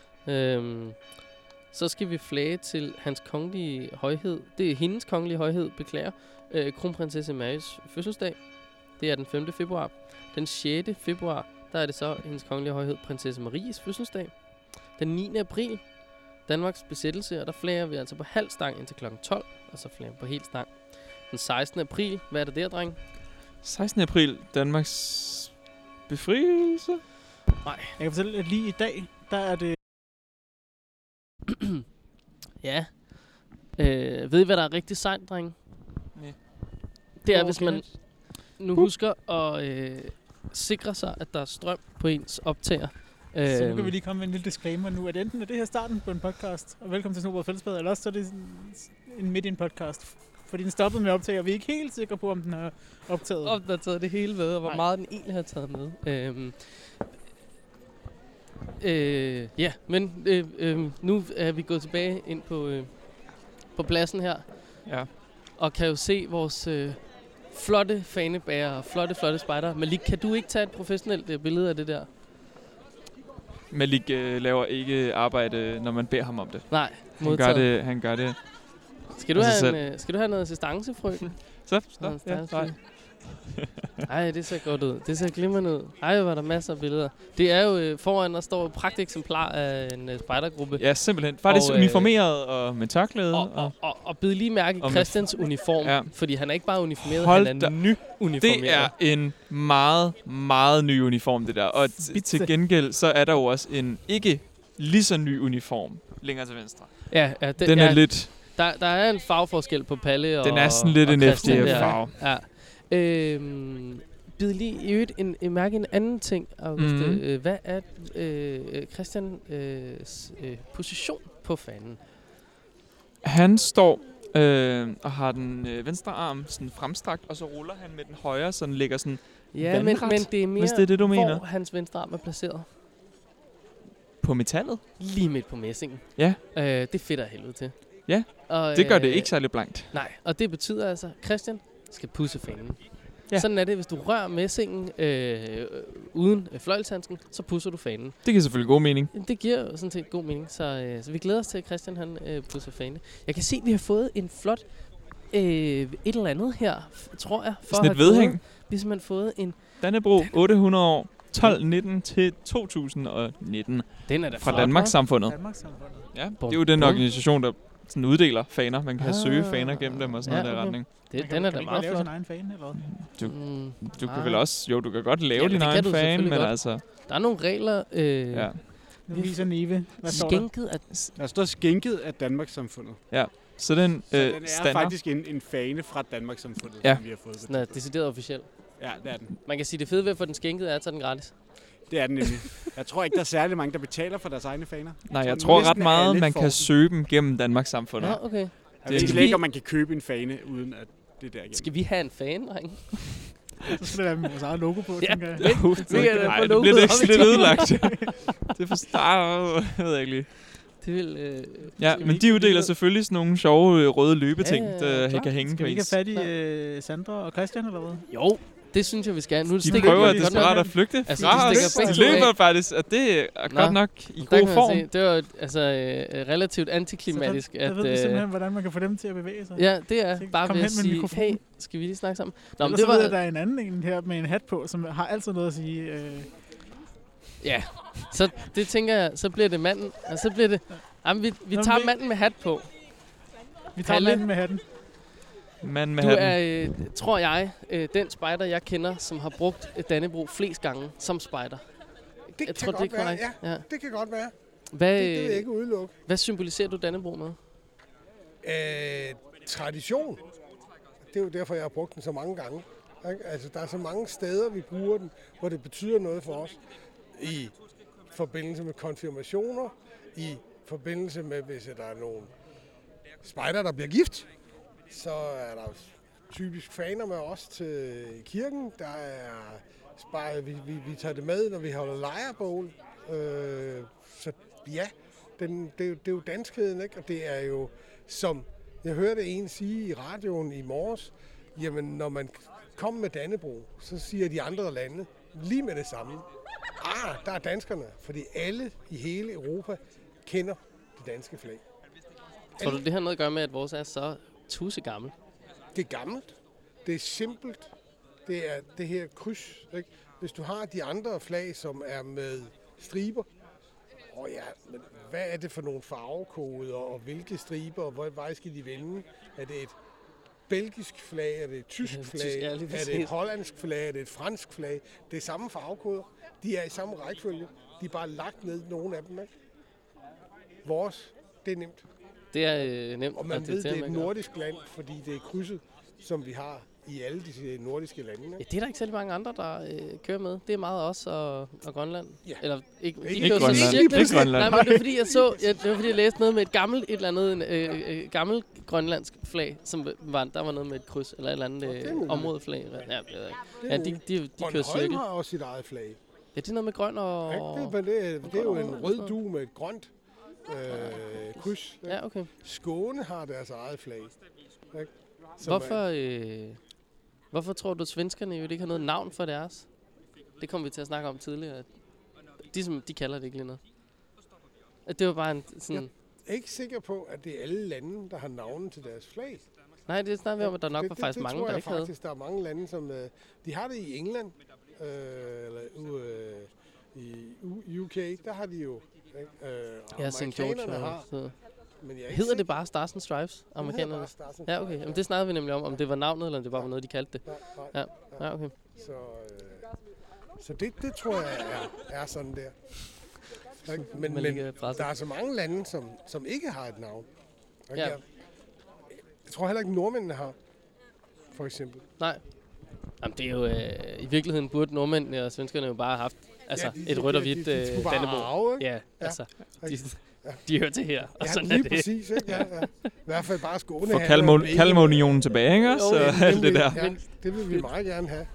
Så skal vi flage til hans kongelige højhed. Det er hendes kongelige højhed, beklager. Kronprinsesse Marys fødselsdag. Det er den 5. februar. Den 6. februar, der er det så hendes kongelige højhed, prinsesse Maries fødselsdag. Den 9. april, Danmarks besættelse, og der flager vi altså på halv stang indtil kl. 12, og så flager vi på hel stang. Den 16. april, hvad er det der, dreng? 16. april, Danmarks befrielse? Nej. Jeg kan fortælle, at lige i dag, der er det... Ja. Ved I, hvad der er rigtig sejt, dreng? Nej. Det er, hvis man nu husker at sikre sig, at der er strøm på ens optager. Så nu kan vi lige komme med en lille disclaimer nu, at enten er det her starten på en podcast, og velkommen til Snobrød Fællesbad, eller også så er det en midt i en podcast. Fordi den stoppede med at optage, og vi er ikke helt sikre på, om den har optaget. Om den har taget det hele med, og hvor meget den egentlig har taget med. Ja, men nu er vi gået tilbage ind på pladsen her. Ja. Og kan jo se vores flotte fanebærer og flotte spejder. Malik, kan du ikke tage et professionelt billede af det der? Malik laver ikke arbejde, når man beder ham om det. Nej, han gør det. Skal du have noget assistance, frøken? Så. Ej, det ser godt ud. Det ser glimrende ud. Ej, var der masser af billeder. Det er jo foran, der står et pragteksemplar af en spejdergruppe. Ja, simpelthen. Faktisk uniformeret og med tørklæde. Og bid lige mærke i Christians uniform. Fordi han er ikke bare uniformeret, han er nyuniformeret. Det er en meget, meget ny uniform, det der. Og til gengæld, så er der jo også en ikke lige så ny uniform længere til venstre. Ja, den er lidt... Der er en farveforskel på Palle og den er sådan lidt en FDF-farve. Ja. bide lige i øvrigt mærke en anden ting, Auguste. Hvad er Christians position på fanen? Han står og har den venstre arm sådan fremstrakt, og så ruller han med den højre, så den ligger sådan vandret, men det er mere, hvis det er det, du mener. Hvor hans venstre arm er placeret. På metallet? Lige midt på messingen. Ja. Det fedter helvede til. Ja, og, det gør det ikke særlig blankt. Nej, og det betyder altså, Christian skal pudse fanen. Ja. Sådan er det, hvis du rører messingen uden fløjlshandsken, så pudser du fanen. Det giver selvfølgelig god mening. Det giver sådan set god mening, så vi glæder os til, at Christian han pudser fanen. Jeg kan se, at vi har fået en flot et eller andet her, tror jeg. For sådan et vedhæng. Vi har simpelthen fået en Dannebro 800 år. 1219 til 2019. Den er da fra Danmarkssamfundet. Ja, det er jo den organisation, der sådan uddeler faner. Man kan søge faner gennem dem og sådan noget der retning. Den er da meget flot. Kan du lave sin egen fan, eller du kan vel også, jo, du kan godt lave din egen fan, men altså... Der er nogle regler... Ja. Nu viser Nive. Hvad står der? Der står skænket af Danmarkssamfundet. Ja, så den er faktisk en fane fra Danmarkssamfundet, som vi har fået. Den er decideret officiel. Ja, det er den. Man kan sige, det fede ved at få den skænket er, at så er den gratis. Det er den nemlig. Jeg tror ikke, der er særlig mange, der betaler for deres egne faner. Nej, jeg tror ret meget, man kan søge dem gennem Danmarkssamfundet. Ja, okay. Jeg ved slet ikke, om man kan købe en fane, uden at det der igennem. Skal vi have en fan, dreng? Så skal der være vores eget logo på, tænker jeg. Nej, det bliver ikke lidt ødelagt. Det forstår jeg ved jeg ikke lige. Det vil, ja, men de uddeler selvfølgelig sådan nogle sjove røde løbeting, der kan hænge på ens. Skal vi ikke have fat i Sandra og Christian, eller hvad? Jo, det synes jeg, vi skal. Nu de prøver desperat at flygte fra os. De løber faktisk, og det er godt nok i god form. Det var altså relativt antiklimatisk. Der ved vi simpelthen, hvordan man kan få dem til at bevæge sig. Ja, det er bare ved at sige, hey, skal vi lige snakke sammen? Nå, men det var der er en anden en her med en hat på, som har altid noget at sige. Ja, så det tænker jeg, så bliver det manden, og så bliver det... Jamen, vi tager manden med hat på. Vi tager manden med hatten. Manden med hatten. Du er, tror jeg, den spejder, jeg kender, som har brugt Dannebro flest gange som spejder. Det kan godt være, ja. Det kan godt være. Det vil jeg ikke udelukke. Hvad symboliserer du Dannebro med? Tradition. Det er jo derfor, jeg har brugt den så mange gange. Altså, der er så mange steder, vi bruger den, hvor det betyder noget for os. I forbindelse med konfirmationer, i forbindelse med, hvis der er nogle spejder, der bliver gift, så er der typisk faner med os til kirken. Der er spejder, vi tager det med, når vi holder lejrebål. Så ja, det er jo danskheden, ikke? Og det er jo, som jeg hørte en sige i radioen i morges, jamen når man kommer med Dannebro, så siger de andre lande lige med det samme. Der er danskerne, fordi alle i hele Europa kender det danske flag. Tror du, det har noget at gøre med, at vores er så tussegammel? Det er gammelt. Det er simpelt. Det er det her kryds. Ikke? Hvis du har de andre flag, som er med striber, men hvad er det for nogle farvekoder, og hvilke striber, og hvor vej skal de vende? Er det et belgisk flag, er det et tysk flag, er det et hollandsk flag, er det et fransk flag? Det er samme farvekoder. De er i samme rækkefølge. De er bare lagt ned, nogle af dem, ikke? Vores, det er nemt. Det er nemt. Og man ved, det er et nordisk land, fordi det er krydset, som vi har i alle de nordiske lande. Ikke? Ja, det er der ikke særlig mange andre, der kører med. Det er meget os og Grønland. Ja. eller ikke Grønland. Nej, men det var fordi, jeg læste noget med et gammelt, gammelt grønlandsk flag, som der var noget med et kryds, eller et eller andet områdeflag. Ja, de kører cirkel. har også sit eget flag. Ja, det er noget med grøn og... Ja, det er jo en rød due med et grønt kryds. Ja, okay. Skåne har deres eget flag. Hvorfor tror du, at svenskerne jo ikke har noget navn for deres? Det kom vi til at snakke om tidligere. De kalder det ikke lige noget. At det var bare en sådan... Jeg er ikke sikker på, at det er alle lande, der har navne til deres flag. Nej, det snakker vi om, at der nok var faktisk mange, der ikke havde. Der er mange lande, som... de har det i England, eller i UK, der har de jo... Ja, St. George har... Hedder det bare Stars and Stripes, amerikanerne? Ja, okay. Jamen, det snakkede vi nemlig om det var navnet, eller om det bare var noget, de kaldte det. Ja, okay. Så det tror jeg er sådan der. Men der er så mange lande, som ikke har et navn. Ja. Jeg tror heller ikke, nordmændene har, for eksempel. Nej. Jamen, det er jo... I virkeligheden burde nordmændene og svenskerne jo bare have haft et rødt og hvidt Dannebrog. Ja, altså... De hører til her, og sådan lige er det. Præcis, ikke? Ja. I hvert fald bare Skåne. For Kalmarunionen tilbage, ikke også? Og alt det der. Ja, det vil vi meget gerne have.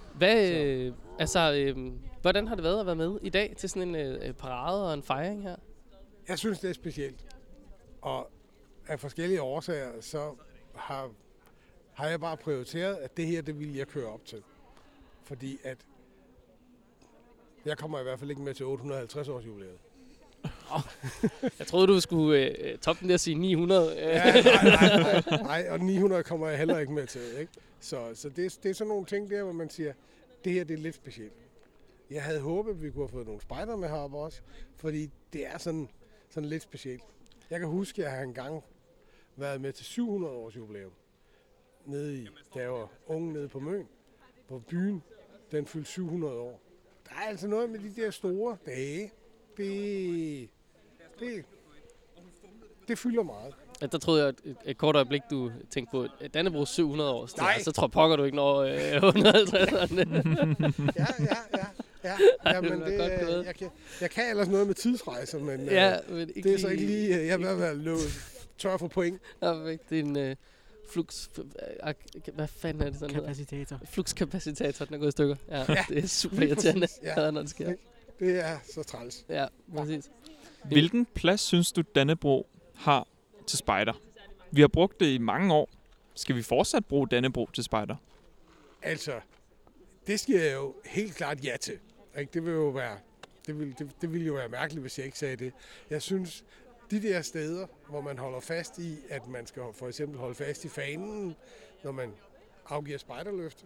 Hvordan har det været at være med i dag til sådan en parade og en fejring her? Jeg synes, det er specielt. Og af forskellige årsager, så har jeg bare prioriteret, at det her, det vil jeg køre op til. Fordi at jeg kommer i hvert fald ikke med til 850 års jubilæet. Jeg troede, du skulle toppe den der og sige 900. Nej, og 900 kommer jeg heller ikke med til. Ikke? Så det er sådan nogle ting der, hvor man siger, det her det er lidt specielt. Jeg havde håbet, at vi kunne have fået nogle spejder med heroppe også, fordi det er sådan lidt specielt. Jeg kan huske, at jeg har engang været med til 700 års jubilæum. Da jeg var unge nede på Møn, hvor byen den fyldte 700 år. Der er altså noget med de der store dage. Det fylder meget. Ja, der troede jeg et kort øjeblik, du tænkte på Dannebrog 700 år. Så tror pokker du ikke når 150'erne. Ja. Jamen, jeg kan ellers noget med tidsrejser, men, men det er så ikke lige... Jeg vil være tør for point. Ja, det er en flux... Hvad fanden er det sådan Kapacitator. Fluxkapacitator, den er gået i stykker. Ja, det er super irriterende, når det sker. Det er så træls. Ja, præcis. Hvilken plads synes du, Dannebrog har til spejder? Vi har brugt det i mange år. Skal vi fortsat bruge Dannebrog til spejder? Altså, det skal jeg jo helt klart ja til. Det vil jo være, det ville jo være mærkeligt, hvis jeg ikke sagde det. Jeg synes, de der steder, hvor man holder fast i, at man skal for eksempel holde fast i fanen, når man afgiver spejderløfte,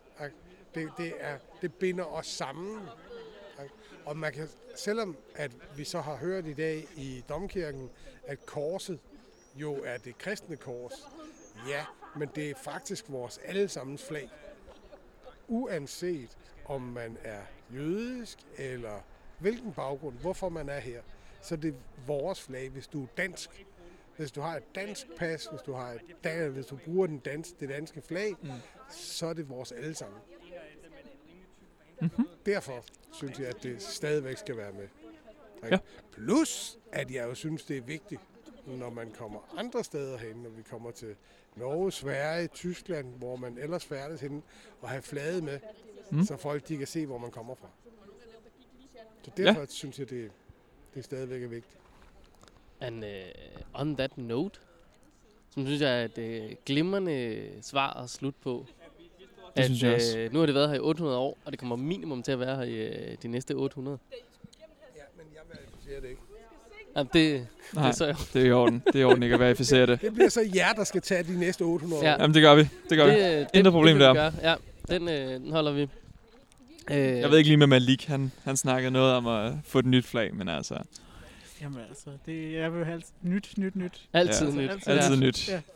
det binder os sammen. Og man kan, selvom at vi så har hørt i dag i Domkirken, at korset jo er det kristne kors, ja, men det er faktisk vores allesammens flag. Uanset om man er jødisk eller hvilken baggrund, hvorfor man er her, så det er vores flag, hvis du er dansk. Hvis du har et dansk pas, hvis du bruger det danske flag, så er det vores allesammen. Mm-hmm. Derfor synes jeg, at det stadigvæk skal være med. Ja. Plus, at jeg jo synes, det er vigtigt, når man kommer andre steder hen, når vi kommer til Norge, Sverige, Tyskland, hvor man ellers færdes hen, og have flaget med, så folk de kan se, hvor man kommer fra. Så derfor synes jeg, det stadigvæk er vigtigt. And on that note, så synes jeg, at glimrende svar at slutte på. Det synes jeg også. Nu har det været her i 800 år, og det kommer minimum til at være her i de næste 800. Ja, men jeg verificerer det ikke. Jamen, det er så jo. Det er i orden. Det er i orden ikke at verificere det. Det bliver så jer, der skal tage de næste 800 år. Ja. Jamen, det gør vi. Intet problem der. Ja, den holder vi. Jeg ved ikke lige med Malik. Han snakkede noget om at få et nyt flag, men altså... Jamen altså, det er jo nyt. Altid nyt. Altid nyt. Ja.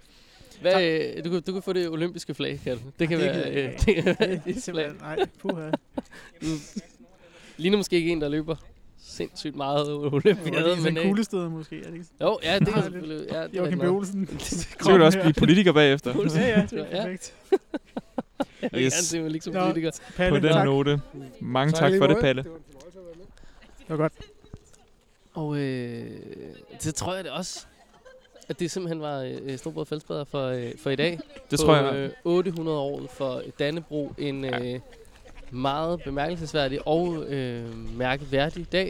Du kan få det olympiske flag, kan du? Det kan være... Det simpelthen... Nej, puha. Ligner måske ikke en, der løber sindssygt meget olympiade. Men det er kuglestøder måske, er det ikke? Jo, ja, det kan selvfølgelig... Ja, Joachim B. Olsen. Så kan du også blive politiker bagefter. Ja, det er perfekt. Jeg vil gerne se mig som politiker. Palle, på den note. Mange tak for det, Palle. Det var godt. Og det tror jeg det også, at det simpelthen var Storebrød Fællesbader for i dag. Det tror jeg. 800 år for Dannebrog. En meget bemærkelsesværdig og mærkeværdig dag.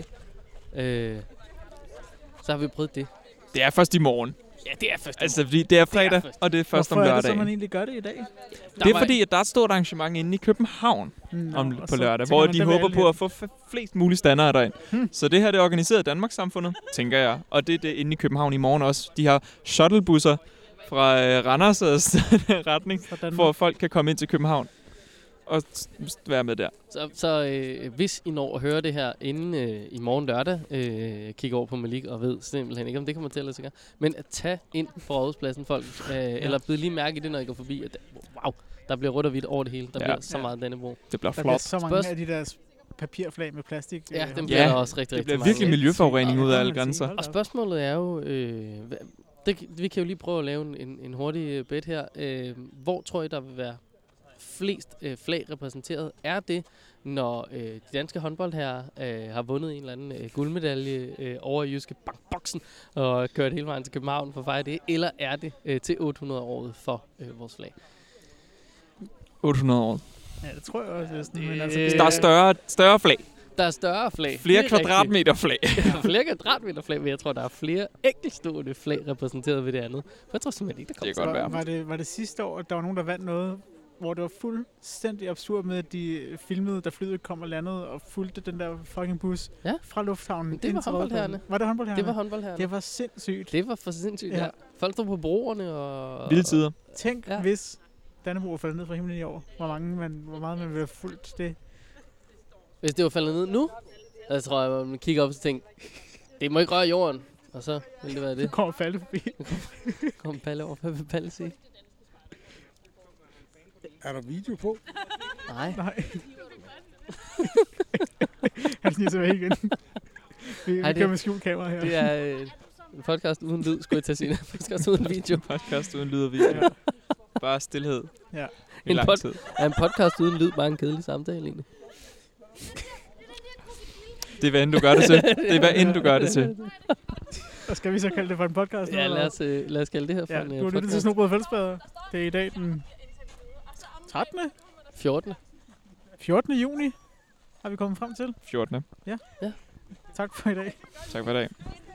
Så har vi prøvet det. Det er først i morgen. Ja, det er først. Altså, fordi det er fredag, og det er først om lørdagen. Hvorfor er det så, man egentlig gør det i dag? Det er fordi, at der er et stort arrangement inde i København på lørdag, hvor de håber på at få flest mulige standarder derind. Så det her det er organiseret i Danmarkssamfundet, tænker jeg. Og det er det inde i København i morgen også. De har shuttlebusser fra Randers retning, for at folk kan komme ind til København og være med der. Så hvis I når at høre det her inden i morgen lørdag, kig over på Malik og ved simpelthen ikke, om det kommer til at lade sig gøre. Men at tage ind på Rådhuspladsen, folk, eller bide lige mærke i det, når I går forbi, at wow, der bliver rødt og hvidt over det hele. Der bliver så meget Dannebrog. Det bliver flot. Der bliver så mange af de der papirflag med plastik. Ja, dem bliver der også rigtig, det bliver rigtig virkelig miljøforurening ud af alle grænser. Og spørgsmålet er jo, vi kan jo lige prøve at lave en hurtig bet her. Hvor tror I, der vil være flest flag repræsenteret er det, når de danske håndboldherrer har vundet en eller anden guldmedalje over i Jyske Bankboksen og kørt hele vejen til København for at fejre det, eller er det til 800-året for vores flag? 800 år. Ja, det tror jeg også. Men Der er større flag. Der er større flag. Flere kvadratmeter flag. Flere kvadratmeter flag, men jeg tror, der er flere enkeltstående flag repræsenteret ved det andet. For jeg tror simpelthen ikke, der kommer. Det kan godt være. Var det sidste år, at der var nogen, der vandt noget, hvor det var fuldstændig absurd med, at de filmede, da flyet kom og landede, og fulgte den der fucking bus fra lufthavnen. Det var håndboldherrerne. Var det håndboldherrerne? Det var håndboldherrerne. Det var sindssygt. Det var for sindssygt, ja. Folk stod på broerne og... Vilde tider. Tænk, hvis Dannebrog var faldet ned fra himlen i år. Hvor meget man ville have fulgt det. Hvis det var faldet ned nu, så tror jeg, man kigger op og tænker, det må ikke røre jorden. Og så vil det være det. Kommer Palle forbi. Kommer Palle over. Hvad vil Palle sige? Er der video på? Nej. Han sniger sig væk igen. Vi kører med skjult kamera her. Det er en podcast uden lyd, skulle jeg til at sige. En podcast uden video. Podcast uden lyd og video. Ja. Bare stillhed. Ja. I lang tid. Er en podcast uden lyd bare en kedelig samtale egentlig? Det er hvad end du gør det til. Det er hvad end du gør det til. Og skal vi så kalde det for en podcast? Ja, lad os kalde det her for en podcast. Du har lyttet til Snobrød Fællesbader. Det er i dag den 13. 14. 14. juni har vi kommet frem til. 14. Ja. Tak for i dag. Tak for i dag.